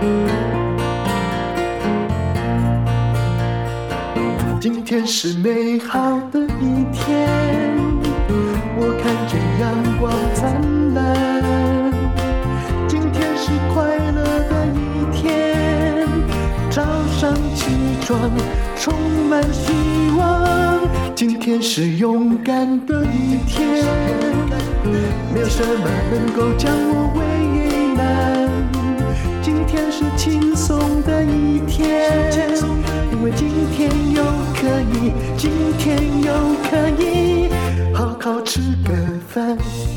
今天是美好的一天，我看见阳光灿烂。今天是快乐的一天，早上起床充满希望。今天是勇敢的一天，没有什么能够将我为难。今天是轻松的一天，因为今天又可以，今天又可以好好吃个饭。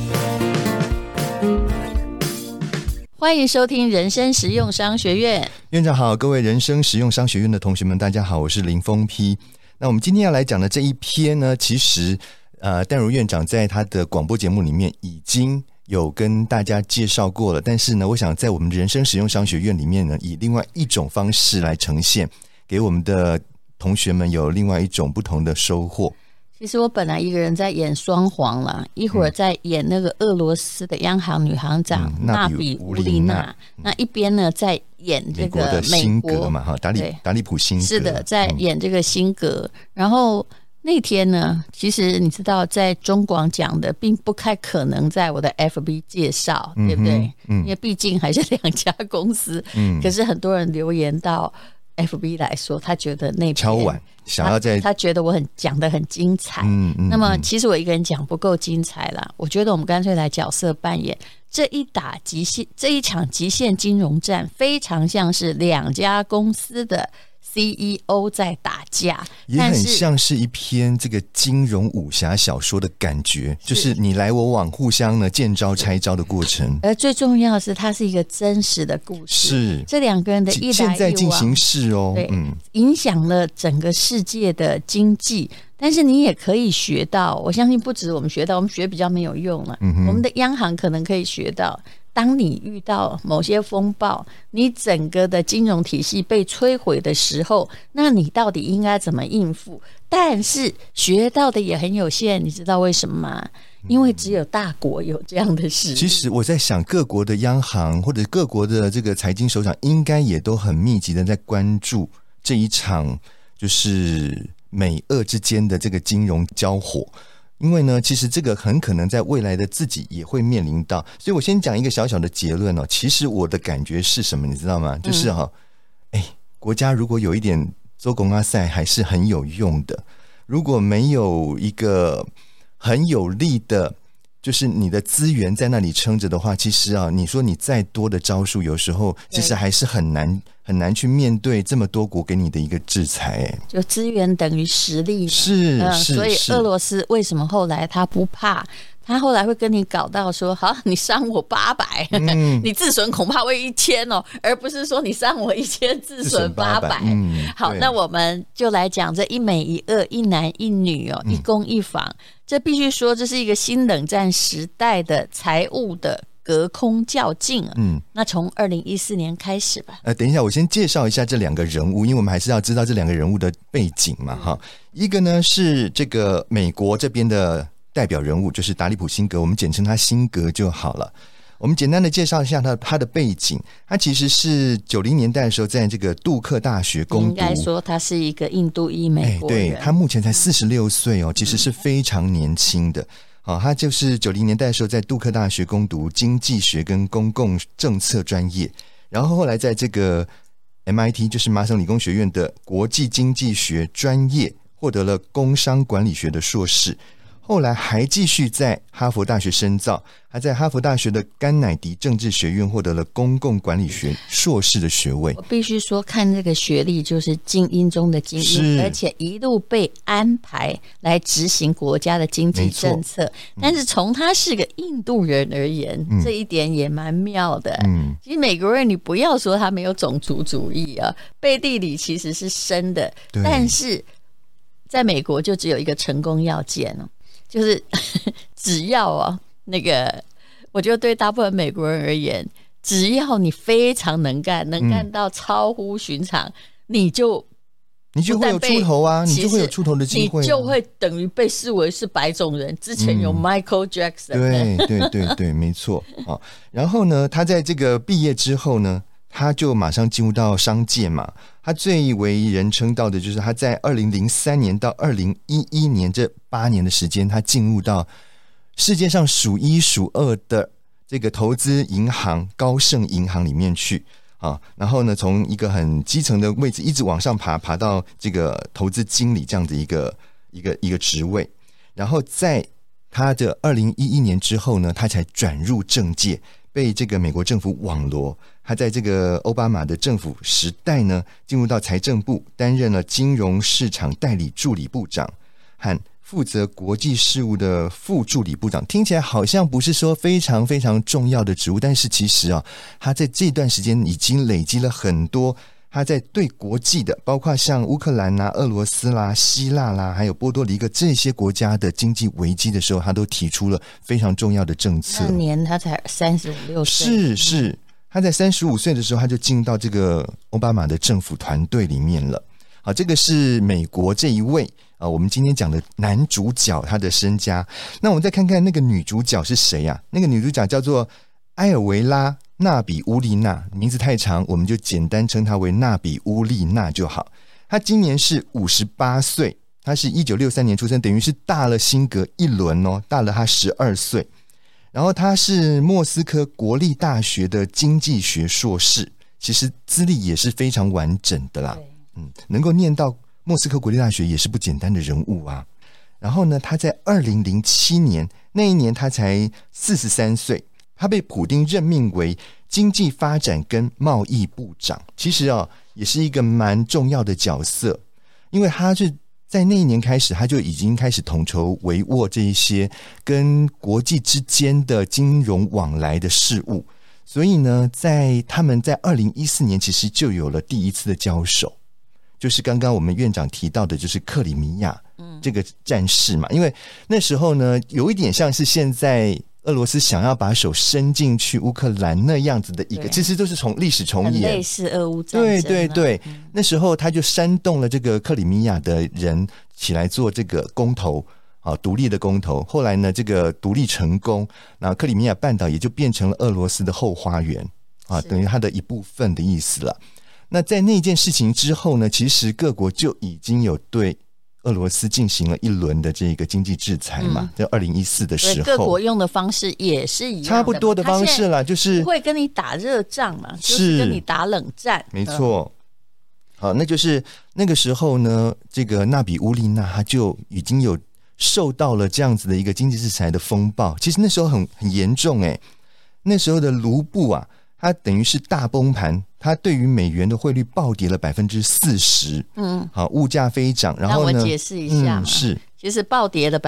欢迎收听人生实用商学院。 院长好，各位人生实用商学院的同学们大家好，我是林峰丕。那我们今天要来讲的这一篇呢，其实淡如院长在他的广播节目里面已经有跟大家介绍过了，但是呢，我想在我们人生实用商学院里面呢，以另外一种方式来呈现，给我们的同学们有另外一种不同的收获。 其实我本来一个人在演双簧啦，一会儿在演那个俄罗斯的央行女行长纳比乌利娜，那一边呢在演这个美国的辛格嘛，达利普辛格， 是的，在演这个辛格。然后那天呢，其实你知道，在中广讲的并不太可能在我的 FB 介绍，对不对？因为毕竟还是两家公司。可是很多人留言到 FB 来说，他觉得那篇敲碗想要在他觉得我讲得很精彩。那么其实我一个人讲不够精彩啦，我觉得我们干脆来角色扮演。这一场极限金融战，非常像是两家公司的 CEO 在打架， 也很像是一篇这个金融武侠小说的感觉，就是你来我往，互相呢见招拆招的过程。 而最重要的是，它是一个真实的故事， 是这两个人的一来一往， 现在进行式哦， 对，影响了整个世界的经济。但是你也可以学到，我相信不止我们学到，我们学比较没有用了。我们的央行可能可以学到，当你遇到某些风暴，你整个的金融体系被摧毁的时候，那你到底应该怎么应付？但是学到的也很有限，你知道为什么吗？因为只有大国有这样的事。 其实我在想，各国的央行或者各国的这个财经首长，应该也都很密集的在关注这一场就是美俄之间的这个金融交火。因为呢，其实这个很可能在未来的自己也会面临到，所以我先讲一个小小的结论哦。其实我的感觉是什么，你知道吗？就是国家如果有一点做公阿赛还是很有用的，如果没有一个很有力的，就是你的资源在那里撑着的话，其实你说你再多的招数，有时候其实还是很难去面对这么多国给你的一个制裁。 就资源等于实力， 是， 所以俄罗斯为什么后来他不怕？他后来会跟你搞到说，好，你伤我800，你自损恐怕会1000哦，而不是说你伤我1000，自损800。好，那我们就来讲这一美一俄，一男一女哦，一攻一防。这必须说，这是一个新冷战时代的财务的隔空较劲。那从2014年开始吧。 等一下，我先介绍一下这两个人物，因为我们还是要知道这两个人物的背景嘛。哈，一个呢是这个美国这边的代表人物，就是达利普辛格，我们简称他辛格就好了。我们简单的介绍一下他的背景。他其实是90年代的时候在这个杜克大学攻读， 应该说他是一个印度裔美国人。 对，他目前才46岁哦，其实是非常年轻的。他就是90年代的时候在杜克大学攻读经济学跟公共政策专业，然后后来在这个 MIT 就是麻省理工学院的国际经济学专业获得了工商管理学的硕士。后来还继续在哈佛大学深造，还在哈佛大学的甘乃迪政治学院获得了公共管理学硕士的学位。 我必须说，看这个学历就是精英中的精英，而且一路被安排来执行国家的经济政策。但是从他是个印度人而言，这一点也蛮妙的。其实美国人你不要说他没有种族主义啊，背地里其实是深的。但是在美国就只有一个成功要件哦。就是只要那个，我觉得对大部分美国人而言，只要你非常能干到超乎寻常，你就会有出头啊，你就会有出头的机会， 你就会等于被视为是白种人。之前有 Michael Jackson， 对，没错。然后呢，他在这个毕业之后呢， 他就马上进入到商界嘛。他最为人称道的就是他在2003年到2011年这8年的时间，他进入到世界上数一数二的这个投资银行高盛银行里面去啊。然后呢，从一个很基层的位置一直往上爬到这个投资经理这样的一个职位。然后在他的2011年之后呢，他才转入政界，被这个美国政府网罗。他在这个奥巴马的政府时代呢，进入到财政部，担任了金融市场代理助理部长和负责国际事务的副助理部长。听起来好像不是说非常非常重要的职务，但是其实啊，他在这段时间已经累积了很多他在对国际的，包括像乌克兰啦、俄罗斯啦、希腊啦，还有波多黎各这些国家的经济危机的时候，他都提出了非常重要的政策。 那年他才35、6岁， 是他在35岁的时候，他就进入到这个奥巴马的政府团队里面了。好，这个是美国这一位我们今天讲的男主角他的身家。那我们再看看那个女主角是谁啊？那个女主角叫做埃尔维拉·纳比乌利娜，名字太长，我们就简单称她为纳比乌利娜就好。她今年是58岁，她是1963年出生，等于是大了辛格一轮哦，大了她12岁。然后他是莫斯科国立大学的经济学硕士，其实资历也是非常完整的啦。能够念到莫斯科国立大学也是不简单的人物啊。然后呢，他在2007年那一年他才43岁，他被普丁任命为经济发展跟贸易部长。其实也是一个蛮重要的角色，因为他是在那一年开始，他就已经开始统筹帷幄这一些跟国际之间的金融往来的事务。所以呢，他们在2014年其实就有了第一次的交手，就是刚刚我们院长提到的，就是克里米亚这个战事嘛。因为那时候呢，有一点像是现在俄罗斯想要把手伸进去乌克兰那样子的一个，其实都是从历史重演， 很类似俄乌战争。 对，那时候他就煽动了这个克里米亚的人起来做这个公投独立的公投。后来呢，这个独立成功，然后克里米亚半岛也就变成了俄罗斯的后花园等于它的一部分的意思了。那在那件事情之后呢，其实各国就已经有对俄罗斯进行了一轮的这个经济制裁嘛，在2014的时候， 各国用的方式也是一样的， 差不多的方式啦，就是不会跟你打热仗嘛，就是跟你打冷战， 没错。好，那就是那个时候呢，这个纳比乌利娜他就已经有受到了这样子的一个经济制裁的风暴。其实那时候很严重那时候的卢布啊，它等于是大崩盘，它对于美元的汇率暴跌了40%。好，物价飞涨。然后呢， 让我解释一下嘛。 是， 其实暴跌了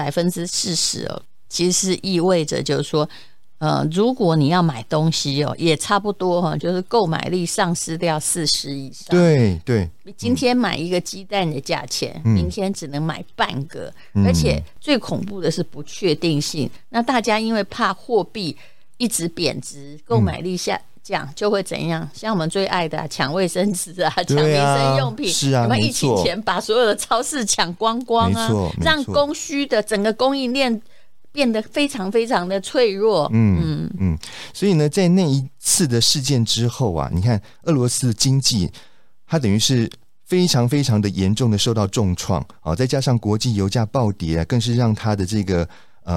40%其实意味着就是说，如果你要买东西也差不多就是购买力丧失掉40%以上。 对， 今天买一个鸡蛋的价钱，明天只能买半个，而且最恐怖的是不确定性。那大家因为怕货币一直贬值，购买力下降，就会怎样？像我们最爱的抢卫生纸抢民生用品， 是啊， 我们疫情前把所有的超市抢光光啊，让供需的整个供应链变得非常非常的脆弱。 所以呢，在那一次的事件之后啊，你看俄罗斯的经济，它等于是非常非常的严重的受到重创再加上国际油价暴跌更是让它的这个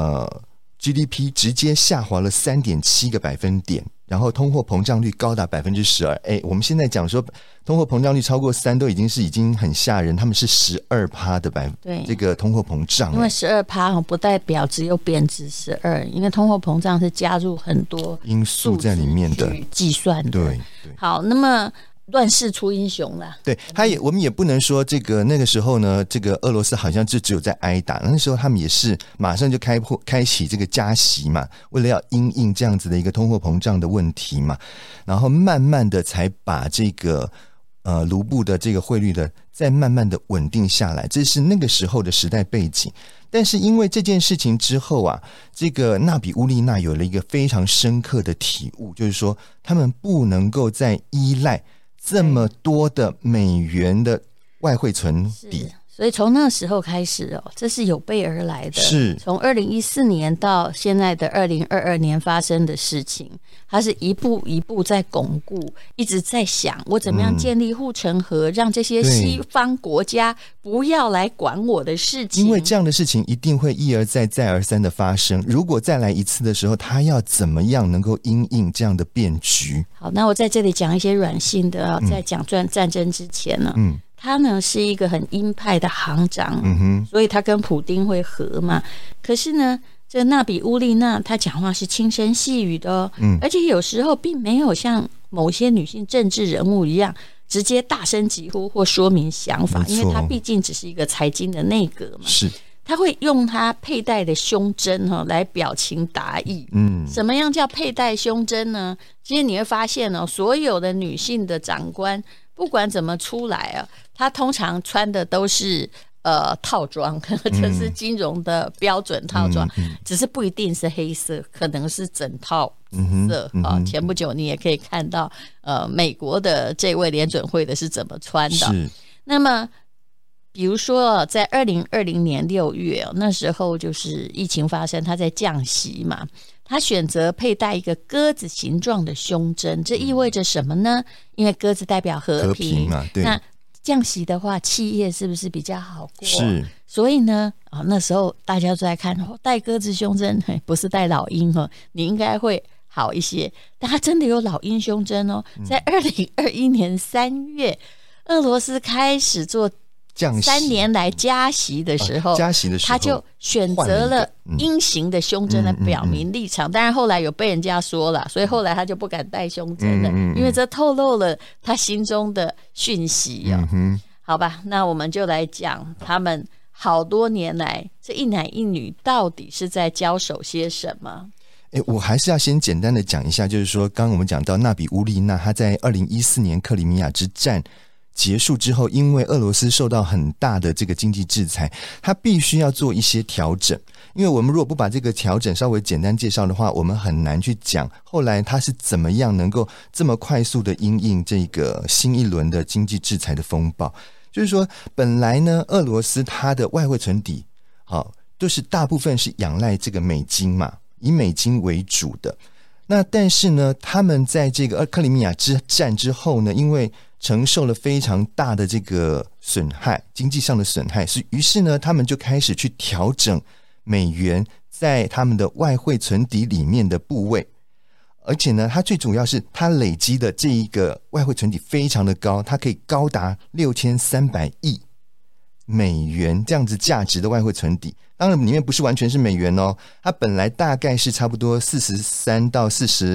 GDP 直接下滑了3.7个百分点，然后通货膨胀率高达 12%。我们现在讲说通货膨胀率超过3都已经很吓人，他们是 12% 的这个通货膨胀。 因为 12% 不代表只有贬值12%，因为通货膨胀是加入很多因素在里面的计算的。 对， 好，那么乱世出英雄啦。 对，我们也不能说那个时候呢，这个俄罗斯好像就只有在挨打，那时候他们也是马上就开启这个加息嘛，为了要因应这样子的一个通货膨胀的问题嘛，然后慢慢的才把这个卢布的这个汇率的再慢慢的稳定下来，这是那个时候的时代背景。但是因为这件事情之后啊，这个纳比乌利娜有了一个非常深刻的体悟，就是说他们不能够再依赖这么多的美元的外汇存底， 所以从那时候开始这是有备而来的。 是从2014年到现在的2022年发生的事情，它是一步一步在巩固，一直在想我怎么样建立护城河，让这些西方国家不要来管我的事情。 因为这样的事情一定会一而再再而三的发生，如果再来一次的时候，他要怎么样能够因应这样的变局？ 好，那我在这里讲一些软性的，在讲战争之前呢，他呢是一个很鹰派的行长，所以他跟普丁会合嘛。可是呢，这纳比乌利娜她讲话是轻声细语的而且有时候并没有像某些女性政治人物一样直接大声疾呼或说明想法，因为她毕竟只是一个财经的内阁嘛。 是。 他会用他佩戴的胸针来表情达意。什么样叫佩戴胸针呢？其实你会发现所有的女性的长官不管怎么出来她通常穿的都是套装，这是金融的标准套装，只是不一定是黑色，可能是整套紫色。前不久你也可以看到美国的这位联准会的是怎么穿的。 是。 那么比如说在2020年6月那时候就是疫情发生，他在降息嘛，他选择佩戴一个鸽子形状的胸针，这意味着什么呢？因为鸽子代表和平嘛，对。 那降息的话，企业是不是比较好过？ 是。 所以呢那时候大家都在看戴鸽子胸针不是戴老鹰你应该会好一些，但他真的有老鹰胸针在2021年3月俄罗斯开始做3年来加息的时候，他就选择了鹰形的胸针来表明立场。当然后来有被人家说了，所以后来他就不敢戴胸针了，因为这透露了他心中的讯息好吧，那我们就来讲他们好多年来这一男一女到底是在交手些什么。 我还是要先简单的讲一下，就是说刚刚我们讲到纳比乌利娜，他在2014年克里米亚之战结束之后，因为俄罗斯受到很大的这个经济制裁，他必须要做一些调整。因为我们如果不把这个调整稍微简单介绍的话，我们很难去讲后来他是怎么样能够这么快速的因应这个新一轮的经济制裁的风暴。就是说本来呢，俄罗斯它的外汇存底就是大部分是仰赖这个美金嘛，以美金为主的。那但是呢，他们在这个克里米亚之战之后呢，因为承受了非常大的这个损害，经济上的损害，于是呢，他们就开始去调整美元在他们的外汇存底里面的部位。而且呢，它最主要是它累积的这一个外汇存底非常的高，它可以高达6300亿美元这样子价值的外汇存底。当然里面不是完全是美元它本来大概是差不多43到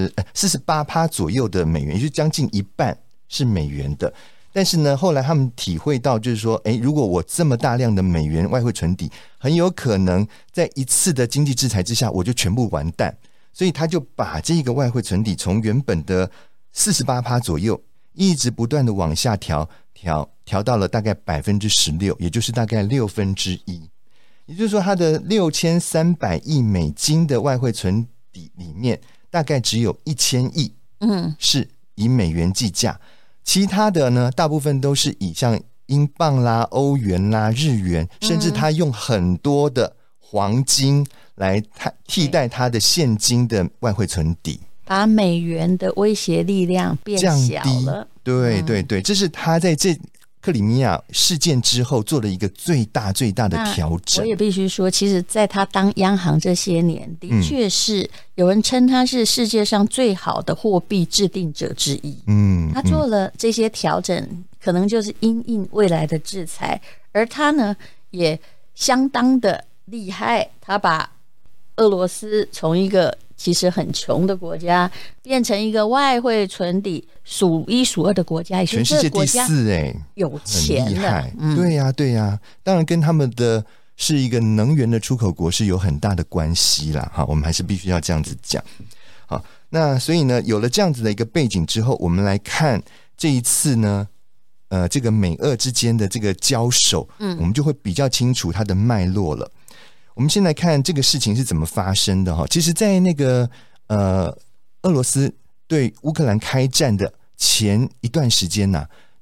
48% 左右的美元，也就是将近一半是美元的。但是呢，后来他们体会到就是说如果我这么大量的美元外汇存底，很有可能在一次的经济制裁之下我就全部完蛋，所以他就把这个外汇存底从原本的48% 左右一直不断的往下调到了大概 16%， 也就是大概1/6。也就是说他的6300亿美金的外汇存底里面大概只有1000亿是以美元计价，其他的呢大部分都是以像英镑啦、欧元啦、日元，甚至他用很多的黄金来替代他的现金的外汇存底， 把美元的威胁力量变小了。 对对对，这是他在这克里米亚事件之后做了一个最大的调整。 我也必须说，其实在他当央行这些年，的确是有人称他是世界上最好的货币制定者之一。他做了这些调整，可能就是因应未来的制裁，而他呢也相当的厉害，他把俄罗斯从一个其实很穷的国家变成一个外汇存底数1数2的国家， 全世界第4 有钱了， 很厉害。对呀对呀，当然跟他们的是一个能源的出口国是有很大的关系啦。我们还是必须要这样子讲。好，那所以呢，有了这样子的一个背景之后，我们来看这一次呢这个美俄之间的这个交手，我们就会比较清楚它的脉络了。我们先来看这个事情是怎么发生的。其实在那个俄罗斯对乌克兰开战的前一段时间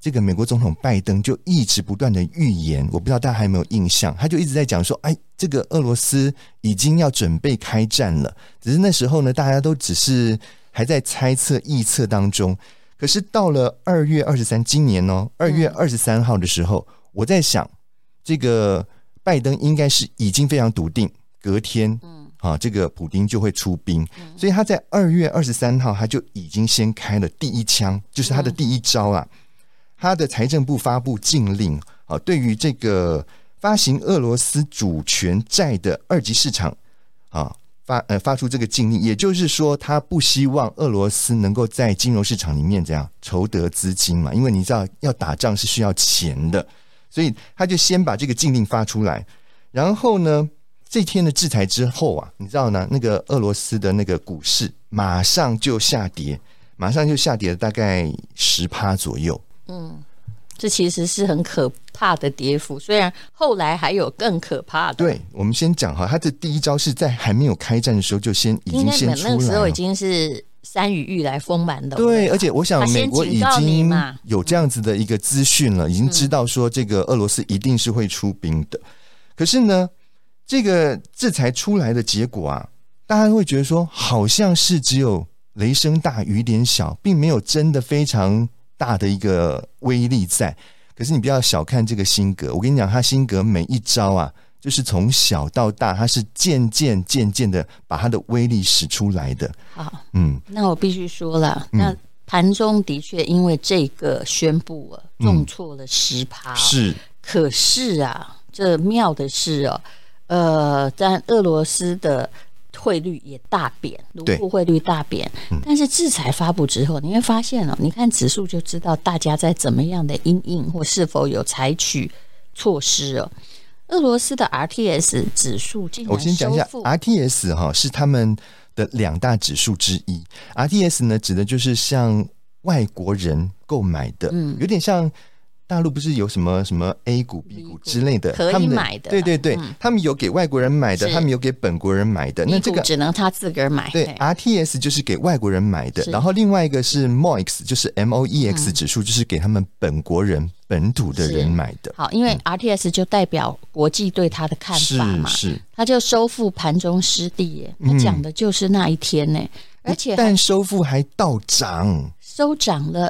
这个美国总统拜登就一直不断的预言，我不知道大家还有没有印象，他就一直在讲说，哎，这个俄罗斯已经要准备开战了，只是那时候呢，大家都只是还在猜测臆测当中。可是到了2月23今年2月23号的时候，我在想这个拜登应该是已经非常笃定隔天这个普丁就会出兵，所以他在2月23号他就已经先开了第一枪，就是他的第一招啊。他的财政部发布禁令，对于这个发行俄罗斯主权债的二级市场发出这个禁令，也就是说他不希望俄罗斯能够在金融市场里面这样筹得资金嘛，因为你知道要打仗是需要钱的，所以他就先把这个禁令发出来。然后呢，这天的制裁之后啊，你知道呢，那个俄罗斯的那个股市马上就下跌了大概 10% 左右。 这其实是很可怕的跌幅，虽然后来还有更可怕的。 对，我们先讲他的第一招是在还没有开战的时候就已经先出来了， 那个时候已经是山雨欲来风满楼。 对，而且我想美国已经有这样子的一个资讯了，已经知道说这个俄罗斯一定是会出兵的。可是呢，这个制裁出来的结果啊，大家会觉得说好像是只有雷声大雨点小，并没有真的非常大的一个威力在。可是你不要小看这个辛格，我跟你讲，他辛格每一招啊，就是从小到大，他是渐渐的把他的威力使出来的。 好，那我必须说了，那盘中的确因为这个宣布重挫了 10%， 是。 可是啊，这妙的是但俄罗斯的汇率也大贬，卢布汇率大贬，但是制裁发布之后，你会发现你看指数就知道大家在怎么样的因应或是否有采取措施俄罗斯的 RTS 指数竟然我先讲一下 RTS 是他们的2大指数之一。RTS 呢，指的就是像外国人购买的，有点像大陆不是有什么 A 股 B 股之类的可以买的， 对，他们有给外国人买的，他们有给本国人买的，那这个只能他自个儿买。 对， RTS 就是给外国人买的，然后另外一个是 MOEX， 就是 MOEX 指数，就是给他们本国人本土的人买的。 好，因为 RTS 就代表国际对他的看法嘛， 是他就收复盘中失地耶，他讲的就是那一天呢，而且但收复还倒涨， 收涨了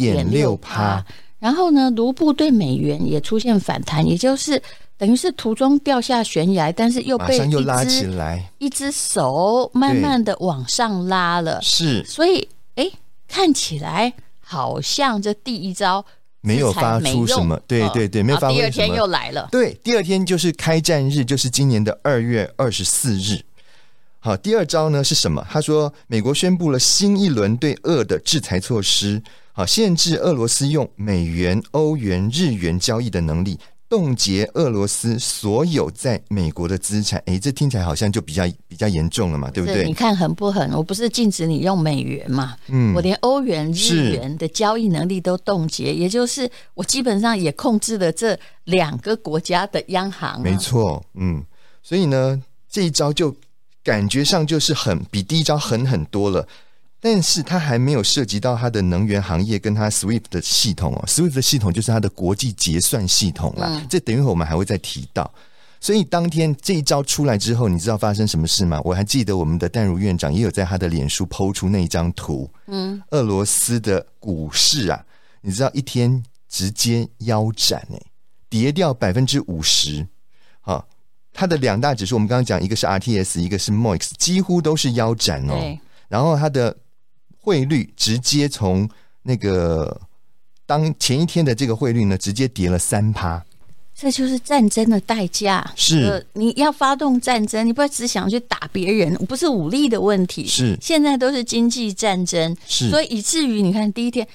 1.6%。 然后呢，卢布对美元也出现反弹，也就是等于是途中掉下悬崖，但是又被马上又拉起来， 一只手慢慢的往上拉了。 是， 所以看起来好像这第一招没有发出什么，对，没有发出什么。 第二天又来了， 对，第二天就是开战日，就是今年的2月24日。好，第二招呢是什么？他说美国宣布了新一轮对俄的制裁措施，好，限制俄罗斯用美元、欧元、日元交易的能力，冻结俄罗斯所有在美国的资产。这听起来好像就比较严重了嘛，对不对？ 你看狠不狠？我不是禁止你用美元嘛，我连欧元、日元的交易能力都冻结，也就是我基本上也控制了这2个国家的央行。 没错，所以呢，这一招就感觉上就是比第一招狠很多了。但是它还没有涉及到它的能源行业跟它 SWIFT 的系统SWIFT 的系统就是它的国际结算系统啦，这等一会我们还会再提到。所以当天这一招出来之后，你知道发生什么事吗？我还记得我们的淡如院长也有在他的脸书 po 出那一张图，俄罗斯的股市啊，你知道一天直接腰斩跌掉 50%。好，它的2大指数我们刚刚讲，一个是 RTS， 一个是 MOEX， 几乎都是腰斩然后它的汇率直接从那个前一天的这个汇率呢，直接跌了 3%。 这就是战争的代价。 是， 你要发动战争，你不要只想去打别人，不是武力的问题。 是， 现在都是经济战争。 是， 所以以至于你看第一天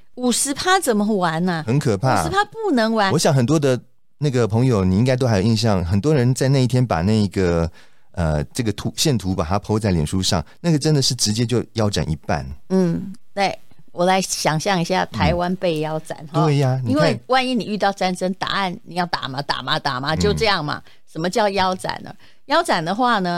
，50% 怎么玩啊？ 很可怕 ，50% 不能玩。 我想很多的那个朋友，你应该都还有印象，很多人在那一天把那个这个线图把它 po 在脸书上，那个真的是直接就腰斩一半。 对，我来想象一下台湾被腰斩对呀， 因为万一你遇到战争，答案你要打嘛，就这样嘛。什么叫腰斩呢？腰斩的话呢，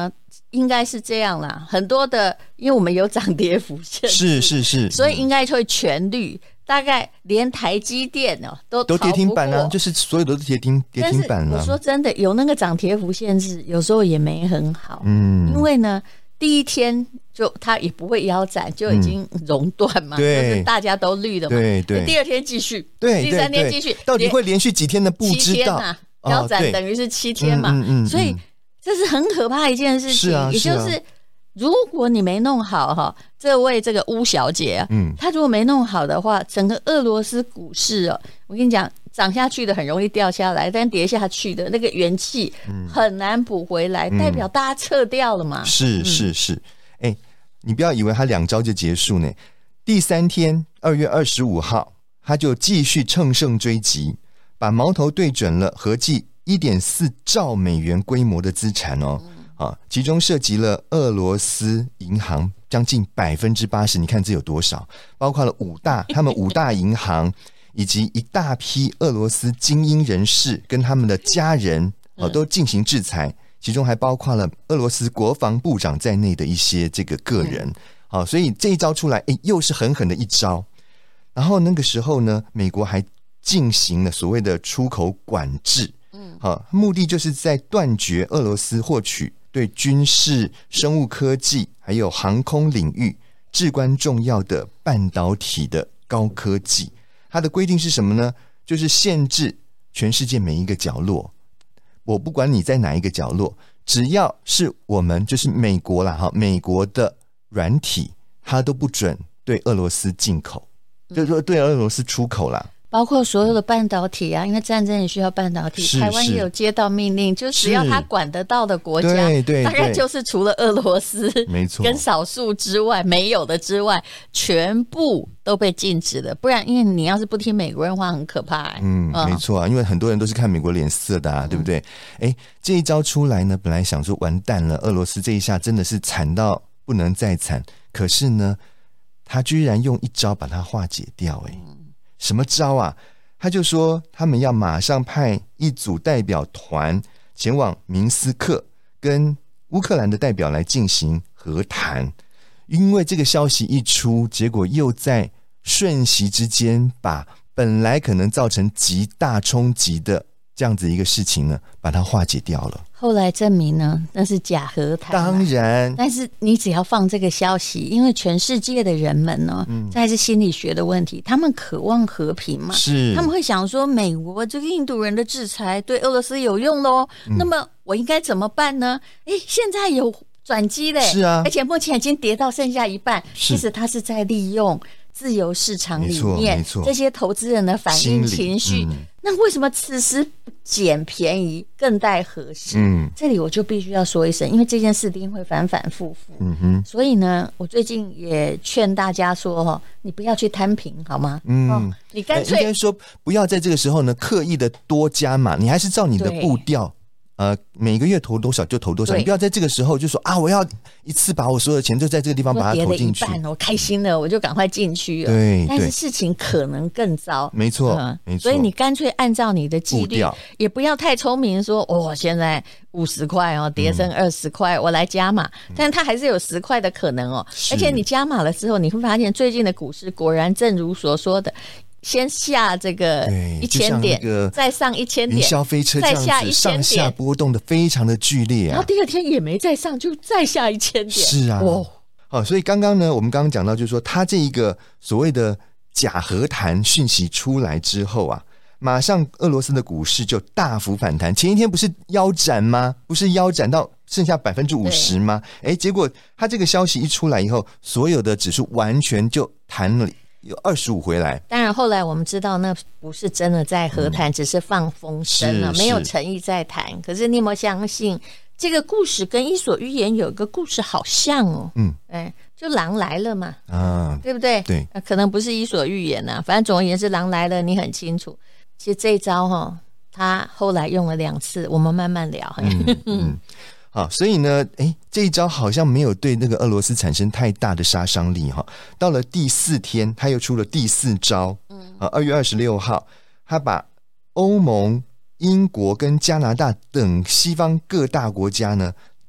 应该是这样啦，很多的，因为我们有涨跌幅限制， 是， 所以应该会全绿。大概连台积电都跌停板啊，就是所有都是跌停板啊。 我说真的，有那个涨跌幅限制，有时候也没很好。因为呢，第一天就它也不会腰斩，就已经熔断嘛，就是大家都绿的嘛。 对， 第二天继续， 对， 第三天继续， 到底会连续几天的不知道。 腰斩等于是7天嘛，所以这是很可怕一件事情。也就是如果你没弄好这位这个乌小姐她如果没弄好的话，整个俄罗斯股市我跟你讲，涨下去的很容易掉下来，但跌下去的那个元气很难补回来，代表大家撤掉了嘛。是， 你不要以为他2招就结束呢。第3天2月25号，他就继续乘胜追击，把矛头对准了合计 1.4 兆美元规模的资产其中涉及了俄罗斯银行将近 80%， 你看这有多少？包括了他们5大银行以及一大批俄罗斯精英人士跟他们的家人都进行制裁，其中还包括了俄罗斯国防部长在内的一些这个个人。所以这一招出来又是狠狠的一招。然后那个时候呢，美国还进行了所谓的出口管制，目的就是在断绝俄罗斯获取对军事、生物科技还有航空领域至关重要的半导体的高科技。它的规定是什么呢？就是限制全世界每一个角落，我不管你在哪一个角落，只要是我们就是美国啦，美国的软体它都不准对俄罗斯进口，就是说对俄罗斯出口啦。 包括所有的半导体因为战争也需要半导体，台湾也有接到命令，就只要他管得到的国家，大概就是除了俄罗斯没错跟少数之外没有的之外，全部都被禁止了。不然因为你要是不听美国人话很可怕没错因为很多人都是看美国脸色的对不对？这一招出来呢，本来想说完蛋了，俄罗斯这一下真的是惨到不能再惨，可是呢他居然用一招把它化解掉。什么招啊？他就说他们要马上派一组代表团前往明斯克跟乌克兰的代表来进行和谈。因为这个消息一出，结果又在瞬息之间把本来可能造成极大冲击的这样子一个事情呢，把它化解掉了。 后来证明呢，那是假和谈。 当然， 但是你只要放这个消息，因为全世界的人们呢，这还是心理学的问题，他们渴望和平嘛，是他们会想说，美国这个印度人的制裁对俄罗斯有用咯，那么我应该怎么办呢？现在有转机嘞，是啊，而且目前已经跌到剩下一半，其实他是在利用自由市场里面这些投资人的反应情绪，那为什么此时不捡便宜更待何时？这里我就必须要说一声，因为这件事一定会反反复复，所以呢我最近也劝大家说你不要去摊平好吗？你干脆应该说不要在这个时候呢刻意的多加码，你还是照你的步调每个月投多少就投多少，你不要在这个时候就说我要一次把我所有的钱就在这个地方把它投进去， 我开心了我就赶快进去了，对，但是事情可能更糟， 没错，没错， 所以你干脆按照你的纪律，也不要太聪明说现在50块跌升20块我来加码，但它还是有10块的可能而且你加码了之后，你会发现最近的股市果然正如所说的，先下这个1000点，再上1000点， 云霄飞车这样子，再下1000点，上下波动的非常的剧烈然后第二天也没再上，就再下1000点。 是啊，所以刚刚呢，我们刚刚讲到，就是说，他这一个所谓的假和谈讯息出来之后马上俄罗斯的股市就大幅反弹。前一天不是腰斩吗？不是腰斩到剩下 50% 吗？结果他这个消息一出来以后，所有的指数完全就弹了。有25回来， 当然后来我们知道那不是真的在和谈，只是放风声了，没有诚意在谈。可是你有没有相信这个故事跟伊索寓言有一个故事好像就狼来了嘛，对不对？ 对， 可能不是伊索寓言反正总而言之狼来了，你很清楚。其实这一招他后来用了2次，我们慢慢聊。 好，所以呢，这一招好像没有对那个俄罗斯产生太大的杀伤力到了第4天，他又出了第4招。2月26号，他把欧盟、英国跟加拿大等西方各大国家呢，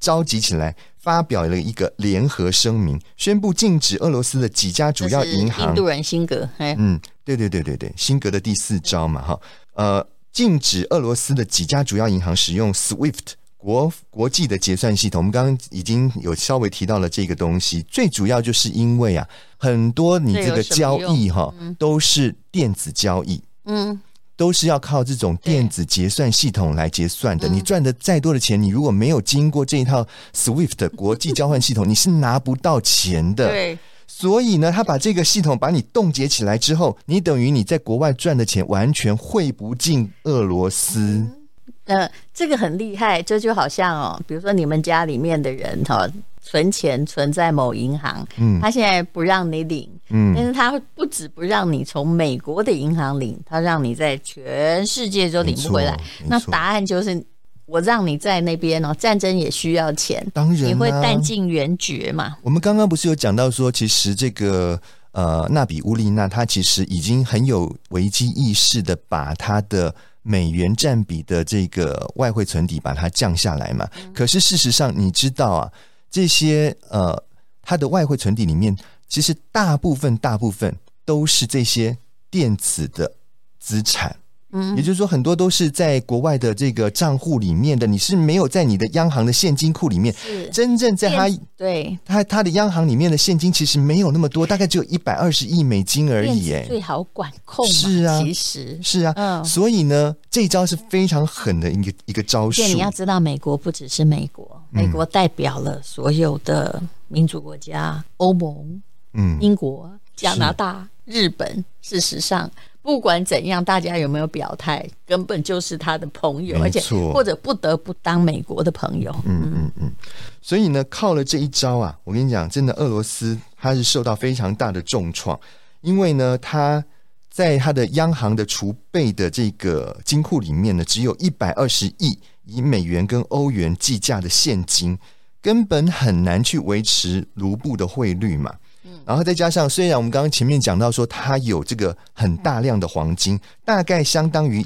召集起来，发表了一个联合声明，宣布禁止俄罗斯的几家主要银行， 印度人辛格， 对，辛格的第4招嘛，禁止俄罗斯的几家主要银行使用 SWIFT 国际的结算系统。我们刚刚已经有稍微提到了这个东西，最主要就是因为啊，很多你这个交易都是电子交易，都是要靠这种电子结算系统来结算的。你赚的再多的钱，你如果没有经过这一套 SWIFT 的国际交换系统，你是拿不到钱的。 对。 所以呢，他把这个系统把你冻结起来之后，你等于你在国外赚的钱完全汇不进俄罗斯。 这个很厉害，这就好像比如说你们家里面的人存钱存在某银行，他现在不让你领，但是他不止不让你从美国的银行领，他让你在全世界都领不回来。那答案就是我让你在那边战争也需要钱， 当然你会弹尽援绝嘛。 我们刚刚不是有讲到说，其实这个纳比乌利娜他其实已经很有危机意识的把他的美元占比的这个外汇存底把它降下来嘛。可是事实上你知道啊，这些它的外汇存底里面，其实大部分都是这些电子的资产。也就是说很多都是在国外的这个账户里面的，你是没有在你的央行的现金库里面，真正在它的央行里面的现金其实没有那么多，大概只有120亿美金而已。 最好管控嘛， 是啊， 其实是啊，所以呢，这一招是非常狠的一个招数。 你要知道，美国不只是美国，美国代表了所有的民主国家，欧盟、英国、加拿大、日本。事实上不管怎样，大家有没有表态，根本就是他的朋友，而且或者不得不当美国的朋友。 所以呢，靠了这一招啊，我跟你讲，真的俄罗斯它是受到非常大的重创，因为呢，它在它的央行的储备的这个金库里面呢，只有120亿以美元跟欧元计价的现金，根本很难去维持卢布的汇率嘛。然后再加上，虽然我们刚刚前面讲到说它有这个很大量的黄金，大概相当于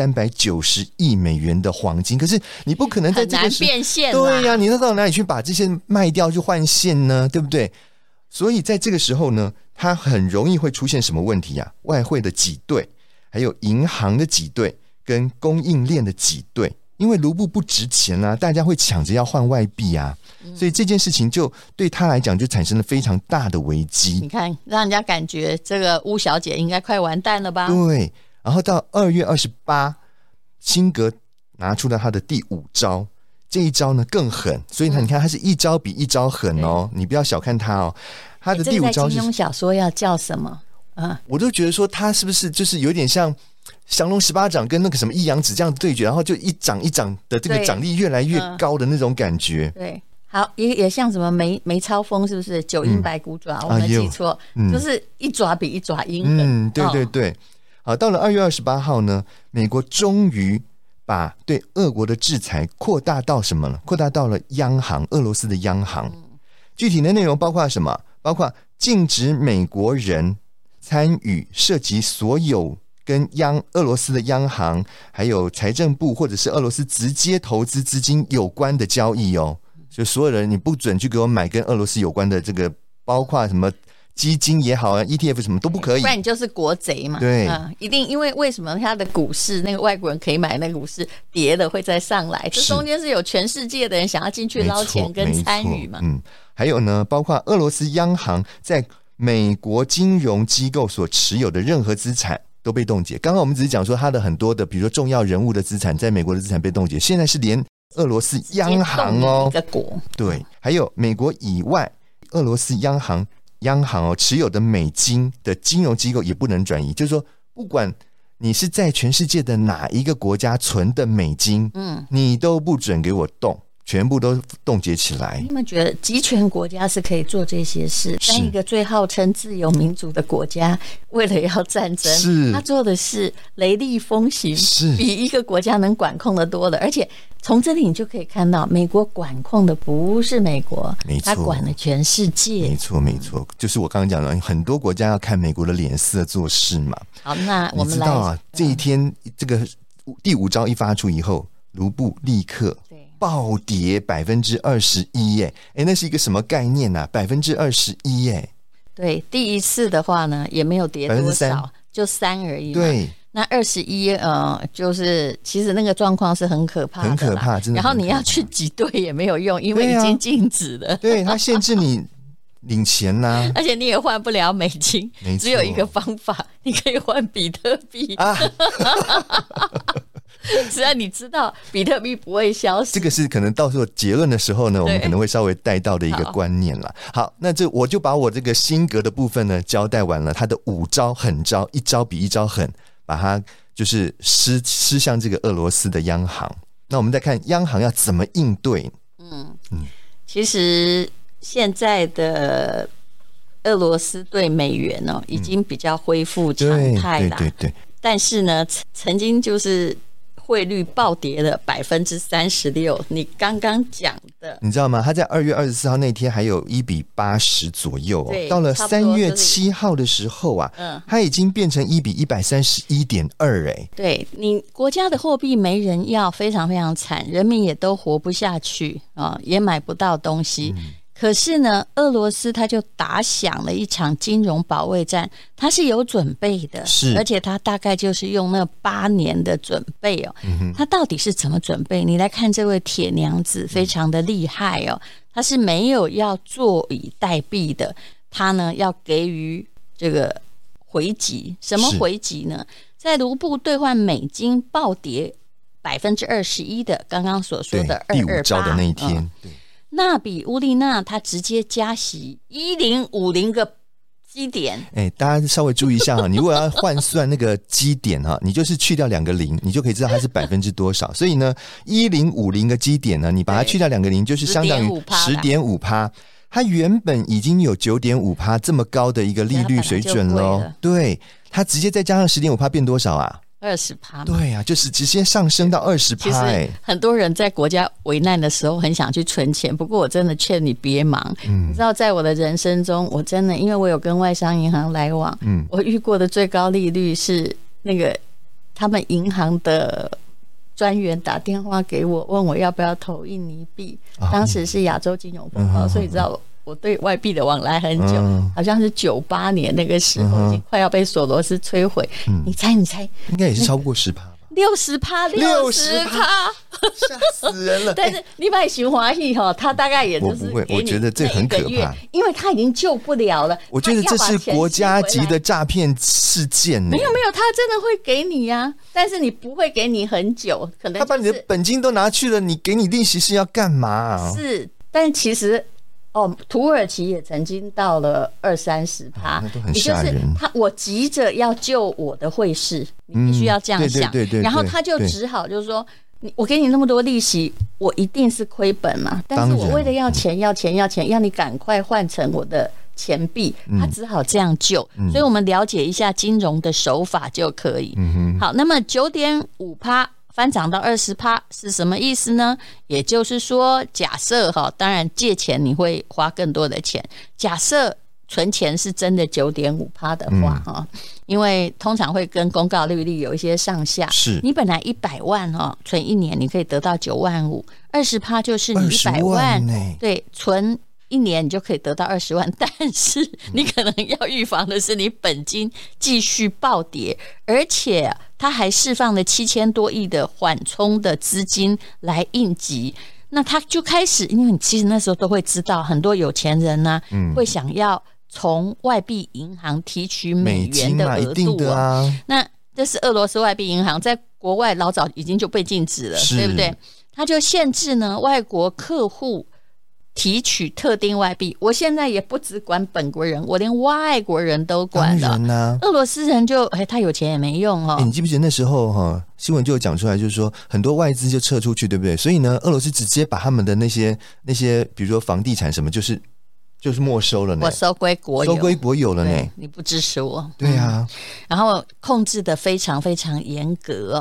1390亿美元的黄金，可是你不可能在这个时候很难变现， 对呀，你到哪里去把这些卖掉去换现呢？对不对？所以在这个时候呢，它很容易会出现什么问题啊？外汇的挤兑，还有银行的挤兑跟供应链的挤兑。因为卢布不值钱啊，大家会抢着要换外币啊，所以这件事情就对他来讲就产生了非常大的危机。 你看，让人家感觉这个乌小姐应该快完蛋了吧？ 对，然后到2月28，辛格拿出了他的第5招，这一招呢更狠，所以你看他是一招比一招狠哦，你不要小看他哦。他的第5招是， 这在金庸小说要叫什么？ 我都觉得说他是不是就是有点像降龙18掌跟那个什么一阳指这样对决，然后就一掌一掌的这个掌力越来越高的那种感觉。 对，好，也像什么梅超风，是不是9阴白骨爪？我没记错，就是一爪比一爪阴狠。 对。好，到了2月28号呢，美国终于把对俄国的制裁扩大到什么呢？扩大到了央行，俄罗斯的央行。具体的内容包括什么？包括禁止美国人参与涉及所有跟俄罗斯的央行还有财政部或者是俄罗斯直接投资资金有关的交易哦，就所有人你不准去给我买跟俄罗斯有关的这个，包括什么基金也好啊 ETF 什么都不可以， 不然你就是国贼嘛。 对， 一定，因为什么？他的股市那个外国人可以买，那个股市跌了会再上来，这中间是有全世界的人想要进去捞钱跟参与嘛。 还有呢，包括俄罗斯央行在美国金融机构所持有的任何资产都被冻结。刚刚我们只是讲说他的很多的比如说重要人物的资产在美国的资产被冻结，现在是连俄罗斯央行哦， 一个国， 对，还有美国以外俄罗斯央行持有的美金的金融机构也不能转移，就是说不管你是在全世界的哪一个国家存的美金，你都不准给我动，全部都冻结起来。 你们觉得集权国家是可以做这些事，但一个最号称自由民主的国家为了要战争，他做的是雷厉风行，比一个国家能管控的多的。而且从这里你就可以看到，美国管控的不是美国，他管了全世界。 没错，就是我刚刚讲的，很多国家要看美国的脸色做事嘛。 好，那我们来， 你知道啊，这一天这个第5招一发出以后，卢布立刻暴跌21%耶！那是一个什么概念啊？21%耶！ 对，第一次的话呢，也没有跌多少，就3而已嘛。 对。 那21就是其实那个状况是很可怕的， 很可怕，真的。 然后你要去挤兑也没有用，因为已经禁止了。 对，它限制你领钱啦， 而且你也换不了美金，只有一个方法，你可以换比特币啊。只要你知道比特币不会消失， 这个是可能到时候结论的时候呢，我们可能会稍微带到的一个观念啦。好，那我就把我这个辛格的部分呢交代完了，他的5招狠招，一招比一招狠，把它就是施向这个俄罗斯的央行。那我们再看央行要怎么应对。 其实现在的俄罗斯对美元已经比较恢复常态啦。 对。但是呢，曾经就是汇率暴跌了36%，你刚刚讲的， 你知道吗？他在2月24号那天还有1比80左右到了3月7号的时候啊，它已经变成1比131.2 对，你国家的货币没人要，非常非常惨，人民也都活不下去也买不到东西。可是呢，俄罗斯他就打响了一场金融保卫战，他是有准备的，而且他大概就是用那8年的准备他到底是怎么准备？你来看这位铁娘子，非常的厉害他是没有要坐以待毙的，他呢要给予这个回击。什么回击呢？在卢布兑换美金暴跌21%的刚刚所说的228， 第5招的那一天，对。 纳比乌利纳他直接加息1050个基点。 大家稍微注意一下你如果要换算那个基点你就是去掉2个0，你就可以知道它是%多少。所以呢，1050个基点呢，你把它去掉2个0，就是相当于 10.5%。它原本已经有 9.5% 这么高的一个利率水准了。对，它直接再加上 10.5% 变多少啊 ？20%嘛。 对啊，就是直接上升到20%。 其实很多人在国家危难的时候很想去存钱，不过我真的劝你别忙。你知道在我的人生中，我真的因为我有跟外商银行来往，我遇过的最高利率是那个他们银行的专员打电话给我，问我要不要投印尼币。当时是亚洲金融风暴，所以你知道我对外币的往来很久，好像是98年那个时候，已经快要被索罗斯摧毁。你猜， 应该也是超过10%吧 ？60%， 吓死人了！ 但是你把循环戏他大概也就是给你我觉得这很可怕， 因为他已经救不了了。 我觉得这是国家级的诈骗事件。 没有，他真的会给你啊，但是你不会给你很久，可能他把你的本金都拿去了，你给你利息是要干嘛？ 是，但其实。土耳其也曾经到了20-30%， 那都很吓人。 我急着要救我的汇市，你必须要这样想。 对。 然后他就只好就是说，我给你那么多利息，我一定是亏本嘛。但是我为了要钱，要你赶快换成我的钱币，他只好这样救。所以我们了解一下金融的手法就可以。好，那么9.5%。翻涨到20%是什么意思呢？也就是说，假设当然借钱你会花更多的钱。假设存钱是真的9.5% 的话因为通常会跟公告利率有一些上下。 是， 你本来100万存1年你可以得到9万5，20%就是你100万，对，存1年你就可以得到20万，但是你可能要预防的是你本金继续暴跌，而且他还释放了7000多亿的缓冲的资金来应急。那他就开始，因为你其实那时候都会知道，很多有钱人呢会想要从外币银行提取美元的额度那这是俄罗斯外币银行在国外老早已经就被禁止了，对不对？他就限制呢外国客户提取特定外币。我现在也不只管本国人，我连外国人都管了。 当然啊， 俄罗斯人就他有钱也没用你记不记得那时候新闻就有讲出来，就是说很多外资就撤出去，对不对？所以呢，俄罗斯直接把他们的那些比如说房地产什么，就是没收了呢。 我收归国有了呢。 你不支持我？ 对啊。 然后控制的非常非常严格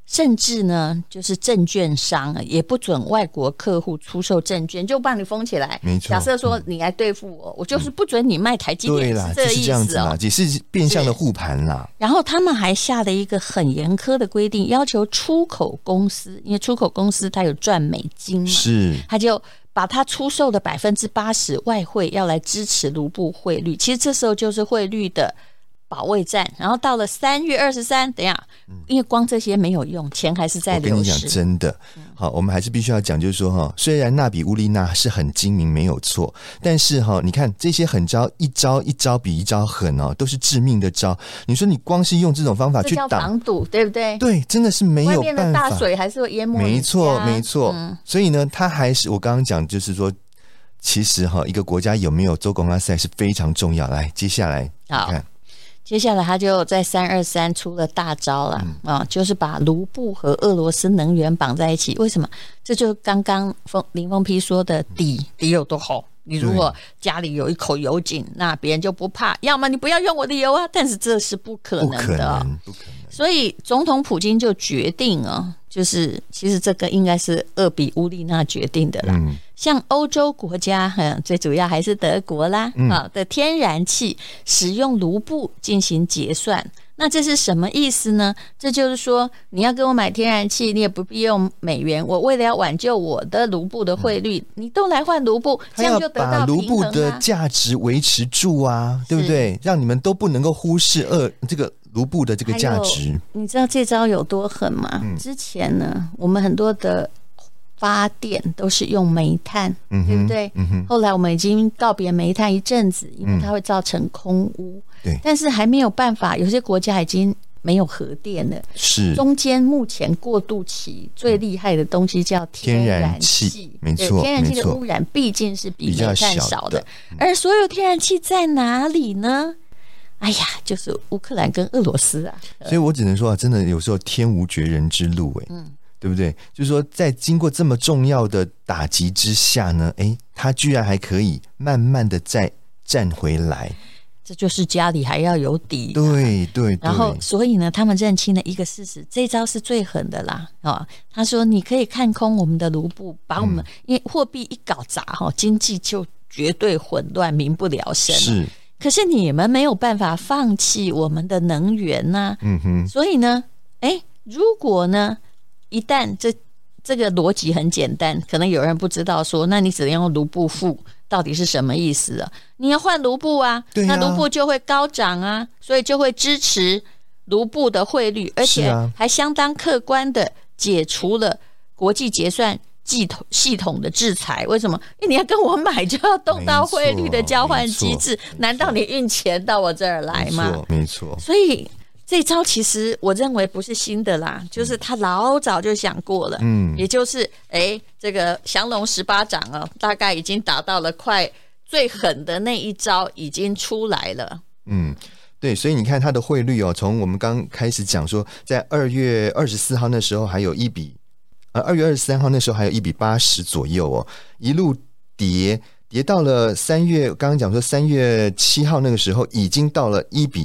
甚至呢，就是证券商也不准外国客户出售证券，就把你封起来。 没错， 假设说你来对付我，我就是不准你卖台积电， 对啦， 是这个意思哦。 就是这样子啦，也是变相的护盘啦。 然后他们还下了一个很严苛的规定，要求出口公司，因为出口公司它有赚美金嘛， 是， 他就把它出售的80%外汇要来支持卢布汇率。其实这时候就是汇率的保卫战。然后到了3月23，等一下，因为光这些没有用，钱还是在流失。 我跟你讲，真的，好，我们还是必须要讲，就是说哈，虽然纳比乌利娜是很精明没有错，但是哈，你看这些狠招，一招一招比一招狠哦，都是致命的招。你说你光是用这种方法去挡，这叫防堵，对不对？ 对，真的是没有办法。 外面的大水还是会淹没你家。 没错，没错。所以呢，他还是我刚刚讲，就是说，其实哈，一个国家有没有周公拉赛是非常重要。来，接下来你看。 接下来他就在323出了大招了就是把卢布和俄罗斯能源绑在一起。为什么？这就刚刚林峰批说的底有多厚。你如果家里有一口油井，那别人就不怕，要么你不要用我的油啊。但是这是不可能的， 不可能。 所以总统普京就决定就是其实这个应该是俄比乌利娜决定的啦。像欧洲国家最主要还是德国啦的天然气使用卢布进行结算。那这是什么意思呢？这就是说你要跟我买天然气，你也不必用美元，我为了要挽救我的卢布的汇率，你都来换卢布，这样就得到平衡啊。 把卢布的价值维持住啊，对不对？让你们都不能够忽视这个卢布的这个价值。 你知道这招有多狠吗？之前呢，我们很多的发电都是用煤炭，对不对？后来我们已经告别煤炭一阵子，因为它会造成空污。 对， 但是还没有办法，有些国家已经没有核电了。 是， 中间目前过渡期最厉害的东西叫天然气， 没错， 天然气的污染毕竟是比煤炭少的。而所有天然气在哪里呢？哎呀，就是乌克兰跟俄罗斯啊。 所以我只能说真的有时候天无绝人之路对不对？就是说在经过这么重要的打击之下呢，他居然还可以慢慢的再站回来。 这就是家里还要有底， 对。 然后，所以呢，他们认清了一个事实，这招是最狠的啦。他说，你可以看空我们的卢布，把我们因为货币一搞砸经济就绝对混乱，民不聊生。 是， 可是你们没有办法放弃我们的能源呐。所以呢，如果呢，一旦这个逻辑很简单，可能有人不知道说，那你只能用卢布付。到底是什么意思啊？你要换卢布啊，那卢布就会高涨啊，所以就会支持卢布的汇率，而且还相当客观的解除了国际结算系统的制裁。为什么？因为你要跟我买，就要动到汇率的交换机制，难道你运钱到我这儿来吗？ 没错。 所以这招其实我认为不是新的啦，就是他老早就想过了，也就是这个降龙18掌大概已经达到了快最狠的那一招已经出来了。 对，所以你看它的汇率从我们刚开始讲说，在2月24号那时候还有2月23号那时候还有1比80左右一路跌到了3月，刚刚讲说3月7号那个时候已经到了1比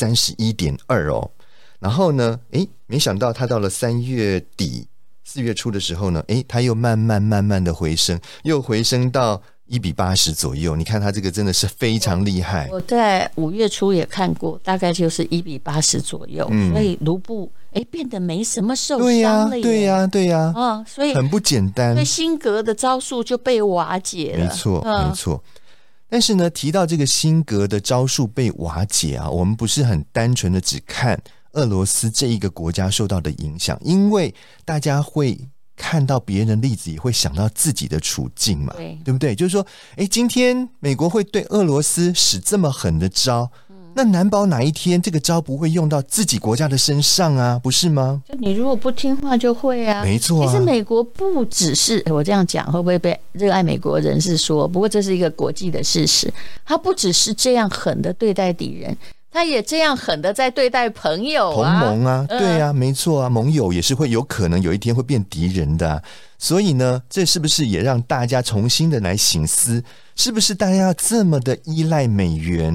131.2然后呢，没想到它到了3月底4月初的时候呢，它又慢慢的回升，又回升到1比80左右。你看它这个真的是非常厉害。 我在5月初也看过，大概就是1比80左右，所以卢布变得没什么受伤了耶。 对呀， 所以很不简单， 所以辛格的招数就被瓦解了。 没错。但是呢，提到这个辛格的招数被瓦解我们不是很单纯的只看俄罗斯这一个国家受到的影响，因为大家会看到别人的例子，也会想到自己的处境嘛，对不对？就是说，今天美国会对俄罗斯使这么狠的招，那难保哪一天这个招不会用到自己国家的身上啊，不是吗？ 就你如果不听话就会啊， 没错。 其实美国不只是我这样讲，会不会被热爱美国人士说？不过这是一个国际的事实，他不只是这样狠的对待敌人。他也这样狠的在对待朋友同盟啊，对啊，没错啊，盟友也是会有可能有一天会变敌人的所以呢，这是不是也让大家重新的来省思，是不是大家要这么的依赖美元啊？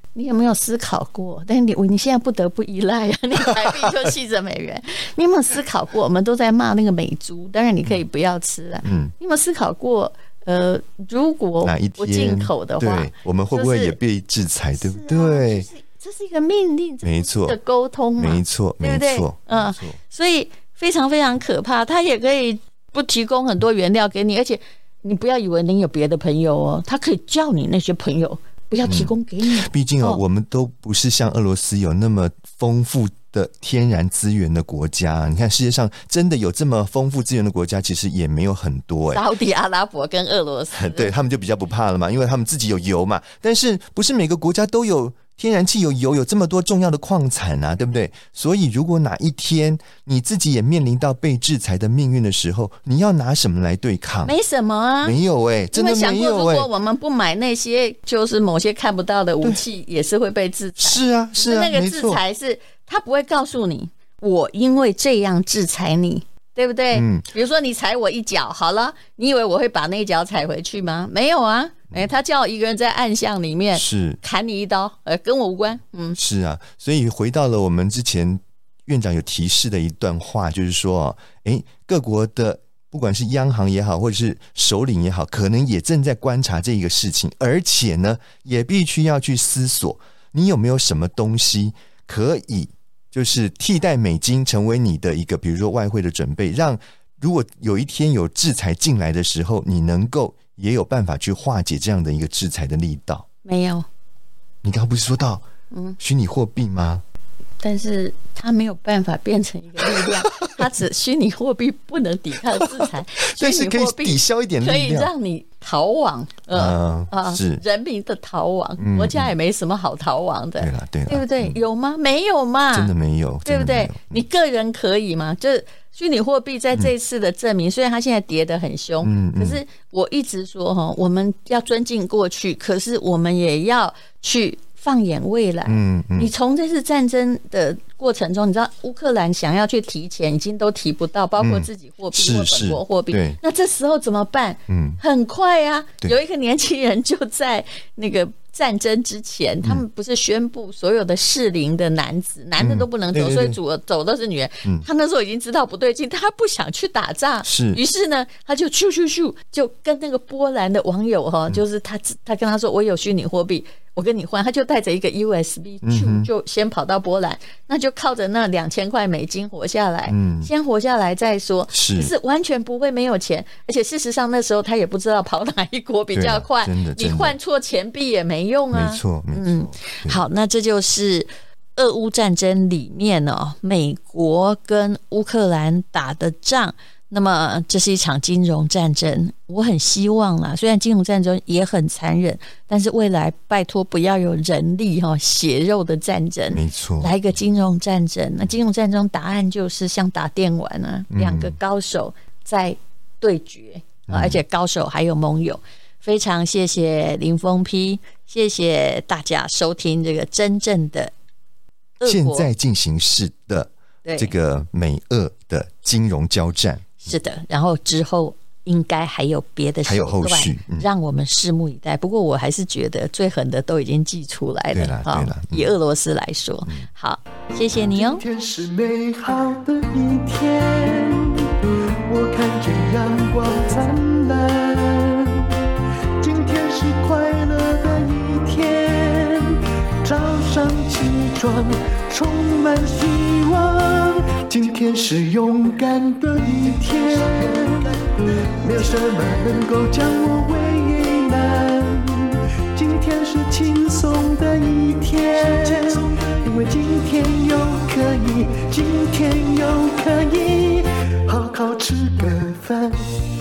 你有没有思考过？但是你现在不得不依赖啊，你台币就系着美元。你有没有思考过？我们都在骂那个美猪，当然你可以不要吃啊。你有没有思考过？如果不进口的话， 对，我们会不会也被制裁？对不对？ 这是一个命令， 没错的沟通嘛， 没错， 对不对？所以非常非常可怕。他也可以不提供很多原料给你，而且你不要以为你有别的朋友哦，他可以叫你那些朋友不要提供给你。 毕竟我们都不是像俄罗斯有那么丰富的天然资源的国家。你看世界上真的有这么丰富资源的国家其实也没有很多。 沙特阿拉伯跟俄罗斯对，他们就比较不怕了嘛，因为他们自己有油嘛。但是不是每个国家都有天然气，有油，有这么多重要的矿产啊，对不对？所以如果哪一天你自己也面临到被制裁的命运的时候，你要拿什么来对抗？ 没什么啊， 没有真的没有。 你有想过如果我们不买那些就是某些看不到的武器，也是会被制裁？ 是啊， 那个制裁是他不会告诉你我因为这样制裁你，对不对？比如说你踩我一脚，好了，你以为我会把那一脚踩回去吗？没有啊。他叫一个人在暗巷里面是砍你一刀，跟我无关。 是啊，所以回到了我们之前院长有提示的一段话，就是说，各国的不管是央行也好，或者是首领也好，可能也正在观察这一个事情，而且呢，也必须要去思索，你有没有什么东西可以就是替代美金成为你的一个，比如说外汇的准备，让如果有一天有制裁进来的时候，你能够也有办法去化解这样的一个制裁的力道。 没有， 你刚刚不是说到虚拟货币吗？ 但是它没有办法变成一个力量，它只虚拟货币不能抵抗制裁， 但是可以抵消一点力量， 可以让你逃亡。是人民的逃亡，国家也没什么好逃亡的。 对不对？有吗？没有嘛， 真的没有， 对不对？你个人可以吗？就是虚拟货币在这一次的证明，虽然它现在跌得很凶，可是我一直说我们要尊敬过去，可是我们也要去放眼未来。你从这次战争的过程中，你知道乌克兰想要去提钱，已经都提不到，包括自己货币或本国货币。那这时候怎么办？很快啊，有一个年轻人就在那个战争之前，他们不是宣布所有的适龄的男子，男的都不能走，所以走的是女人。他那时候已经知道不对劲，他不想去打仗，于是呢，他就咻咻咻，就跟那个波兰的网友就是他跟他说，我有虚拟货币，我跟你换，他就带着一个 USB 就先跑到波兰，那就靠着那$2000活下来，先活下来再说，是完全不会没有钱，而且事实上那时候他也不知道跑哪一国比较快，你换错钱币也没用啊， 没错。 好，那这就是俄乌战争里面美国跟乌克兰打的仗。那么这是一场金融战争，我很希望啦，虽然金融战争也很残忍，但是未来拜托不要有人力血肉的战争， 没错， 来一个金融战争。那金融战争答案就是像打电玩啊，两个高手在对决，而且高手还有盟友。非常谢谢林峰批，谢谢大家收听这个真正的现在进行式的这个美俄的金融交战。 是的，然后之后应该还有别的手段， 还有后续， 让我们拭目以待。不过我还是觉得最狠的都已经祭出来了，以俄罗斯来说。好，谢谢你哦。 今天是美好的一天，我看见阳光灿烂。今天是快乐的一天，早上起床充满希望。今天是勇敢的一天，没有什么能够将我为难。今天是轻松的一天，因为今天又可以，今天又可以好好吃个饭，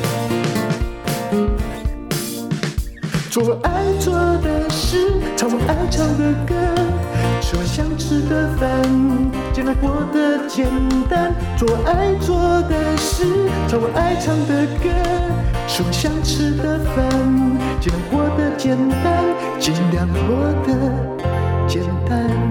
做我爱做的事，唱我爱唱的歌，吃我想吃的饭，尽量过得简单。做我爱做的事，唱我爱唱的歌，吃我想吃的饭，尽量过得简单，尽量过得简单。